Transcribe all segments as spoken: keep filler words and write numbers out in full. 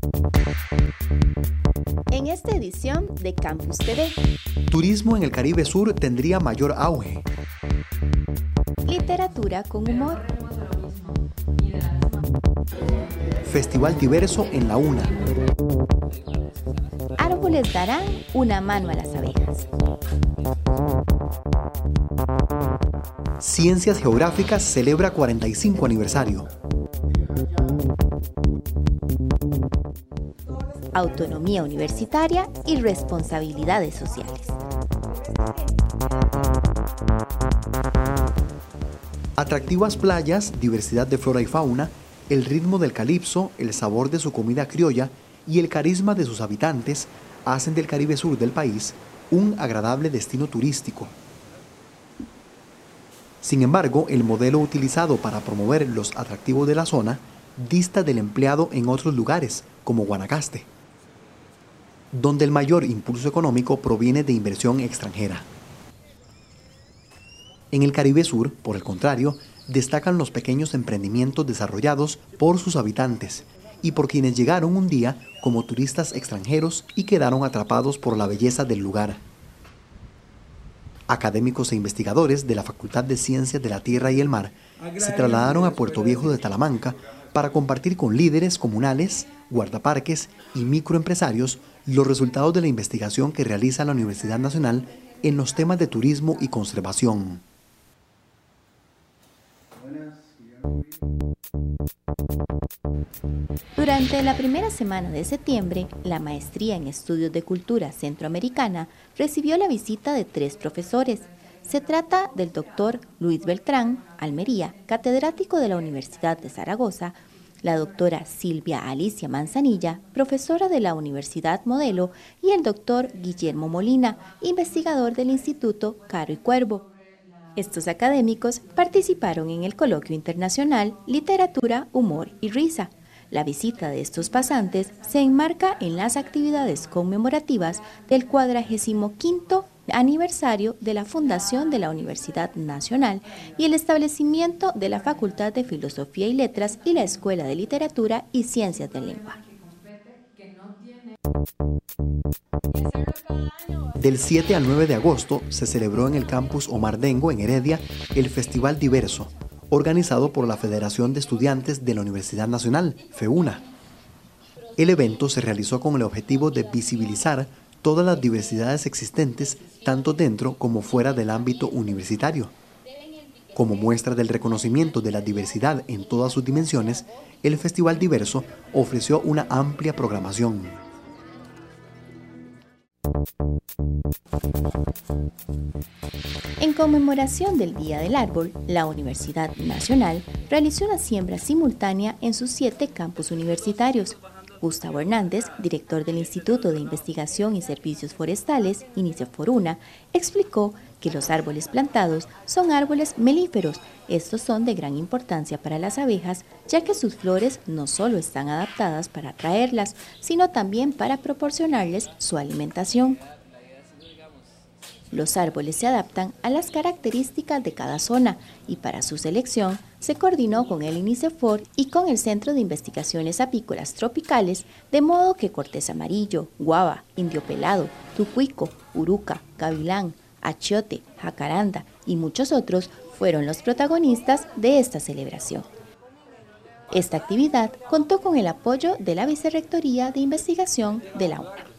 En esta edición de Campus T V. Turismo en el Caribe Sur tendría mayor auge. Literatura con humor. Festival diverso en la UNA. Árboles darán una mano a las abejas. Ciencias Geográficas celebra cuarenta y cinco aniversario. Autonomía universitaria y responsabilidades sociales. Atractivas playas, diversidad de flora y fauna, el ritmo del calipso, el sabor de su comida criolla y el carisma de sus habitantes hacen del Caribe Sur del país un agradable destino turístico. Sin embargo, el modelo utilizado para promover los atractivos de la zona dista del empleado en otros lugares, como Guanacaste, donde el mayor impulso económico proviene de inversión extranjera. En el Caribe Sur, por el contrario, destacan los pequeños emprendimientos desarrollados por sus habitantes y por quienes llegaron un día como turistas extranjeros y quedaron atrapados por la belleza del lugar. Académicos e investigadores de la Facultad de Ciencias de la Tierra y el Mar se trasladaron a Puerto Viejo de Talamanca para compartir con líderes comunales, guardaparques y microempresarios los resultados de la investigación que realiza la Universidad Nacional en los temas de turismo y conservación. Durante la primera semana de septiembre, la Maestría en Estudios de Cultura Centroamericana recibió la visita de tres profesores. Se trata del doctor Luis Beltrán, Almería, catedrático de la Universidad de Zaragoza, la doctora Silvia Alicia Manzanilla, profesora de la Universidad Modelo, y el doctor Guillermo Molina, investigador del Instituto Caro y Cuervo. Estos académicos participaron en el coloquio internacional Literatura, Humor y Risa. La visita de estos pasantes se enmarca en las actividades conmemorativas del cuadragésimo quinto aniversario de la fundación de la Universidad Nacional y el establecimiento de la Facultad de Filosofía y Letras y la Escuela de Literatura y Ciencias del Lenguaje. Del siete al nueve de agosto se celebró en el campus Omar Dengo, en Heredia, el Festival Diverso, organizado por la Federación de Estudiantes de la Universidad Nacional, FEUNA. El evento se realizó con el objetivo de visibilizar todas las diversidades existentes, tanto dentro como fuera del ámbito universitario. Como muestra del reconocimiento de la diversidad en todas sus dimensiones, el Festival Diverso ofreció una amplia programación. En conmemoración del Día del Árbol, la Universidad Nacional realizó una siembra simultánea en sus siete campus universitarios. Gustavo Hernández, director del Instituto de Investigación y Servicios Forestales, INICEFORUNA, explicó que los árboles plantados son árboles melíferos. Estos son de gran importancia para las abejas, ya que sus flores no solo están adaptadas para atraerlas, sino también para proporcionarles su alimentación. Los árboles se adaptan a las características de cada zona y para su selección se coordinó con el INICEFOR y con el Centro de Investigaciones Apícolas Tropicales, de modo que cortés amarillo, guava, indio pelado, tucuico, uruca, gavilán, achiote, jacaranda y muchos otros fueron los protagonistas de esta celebración. Esta actividad contó con el apoyo de la Vicerrectoría de Investigación de la UNA.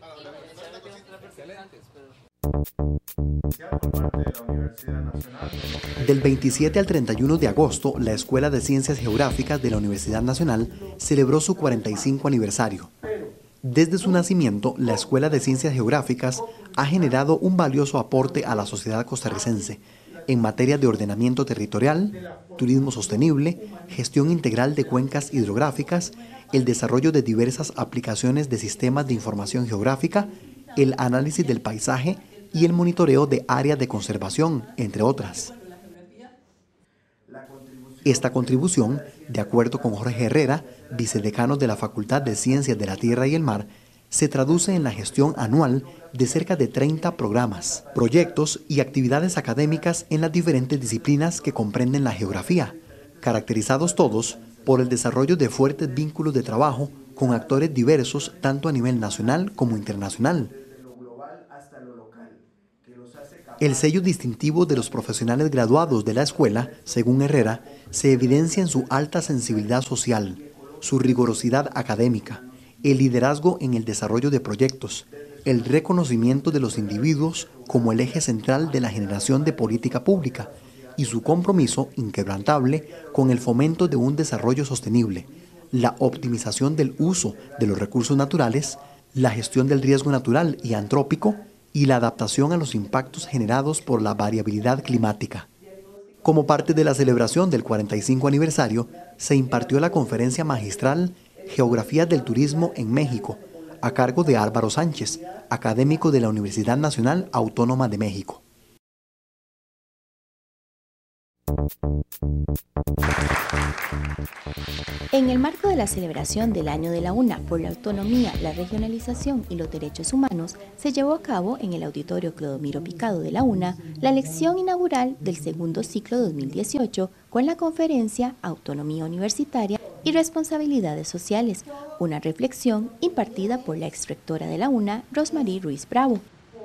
Del veintisiete al treinta y uno de agosto, la Escuela de Ciencias Geográficas de la Universidad Nacional celebró su cuarenta y cinco aniversario. Desde su nacimiento, la Escuela de Ciencias Geográficas ha generado un valioso aporte a la sociedad costarricense en materia de ordenamiento territorial, turismo sostenible, gestión integral de cuencas hidrográficas, el desarrollo de diversas aplicaciones de sistemas de información geográfica, el análisis del paisaje y el monitoreo de áreas de conservación, entre otras. Esta contribución, de acuerdo con Jorge Herrera, vicedecano de la Facultad de Ciencias de la Tierra y el Mar, se traduce en la gestión anual de cerca de treinta programas, proyectos y actividades académicas en las diferentes disciplinas que comprenden la geografía, caracterizados todos por el desarrollo de fuertes vínculos de trabajo con actores diversos tanto a nivel nacional como internacional. El sello distintivo de los profesionales graduados de la escuela, según Herrera, se evidencia en su alta sensibilidad social, su rigurosidad académica, el liderazgo en el desarrollo de proyectos, el reconocimiento de los individuos como el eje central de la generación de política pública y su compromiso inquebrantable con el fomento de un desarrollo sostenible, la optimización del uso de los recursos naturales, la gestión del riesgo natural y antrópico y la adaptación a los impactos generados por la variabilidad climática. Como parte de la celebración del cuarenta y cinco aniversario, se impartió la conferencia magistral Geografía del Turismo en México, a cargo de Álvaro Sánchez, académico de la Universidad Nacional Autónoma de México. En el marco de la celebración del Año de la UNA por la autonomía, la regionalización y los derechos humanos, se llevó a cabo en el Auditorio Clodomiro Picado de la UNA la lección inaugural del segundo ciclo dos mil dieciocho con la conferencia Autonomía Universitaria y Responsabilidades Sociales, una reflexión impartida por la exrectora de la UNA, Rosmarie Ruiz Bravo.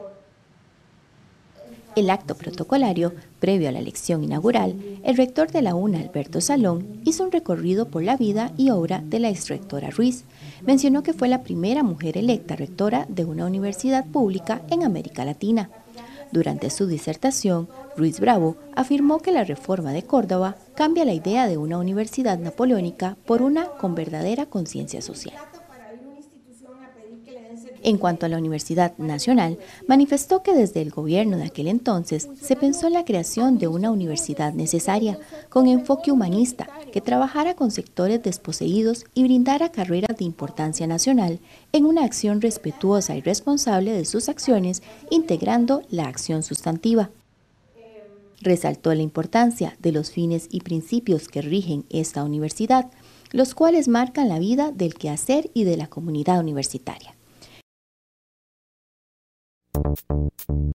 El acto protocolario, previo a la lección inaugural, el rector de la UNA, Alberto Salón, hizo un recorrido por la vida y obra de la exrectora Ruiz. Mencionó que fue la primera mujer electa rectora de una universidad pública en América Latina. Durante su disertación, Ruiz Bravo afirmó que la reforma de Córdoba cambia la idea de una universidad napoleónica por una con verdadera conciencia social. En cuanto a la Universidad Nacional, manifestó que desde el gobierno de aquel entonces se pensó en la creación de una universidad necesaria, con enfoque humanista, que trabajara con sectores desposeídos y brindara carreras de importancia nacional en una acción respetuosa y responsable de sus acciones, integrando la acción sustantiva. Resaltó la importancia de los fines y principios que rigen esta universidad, los cuales marcan la vida del quehacer y de la comunidad universitaria.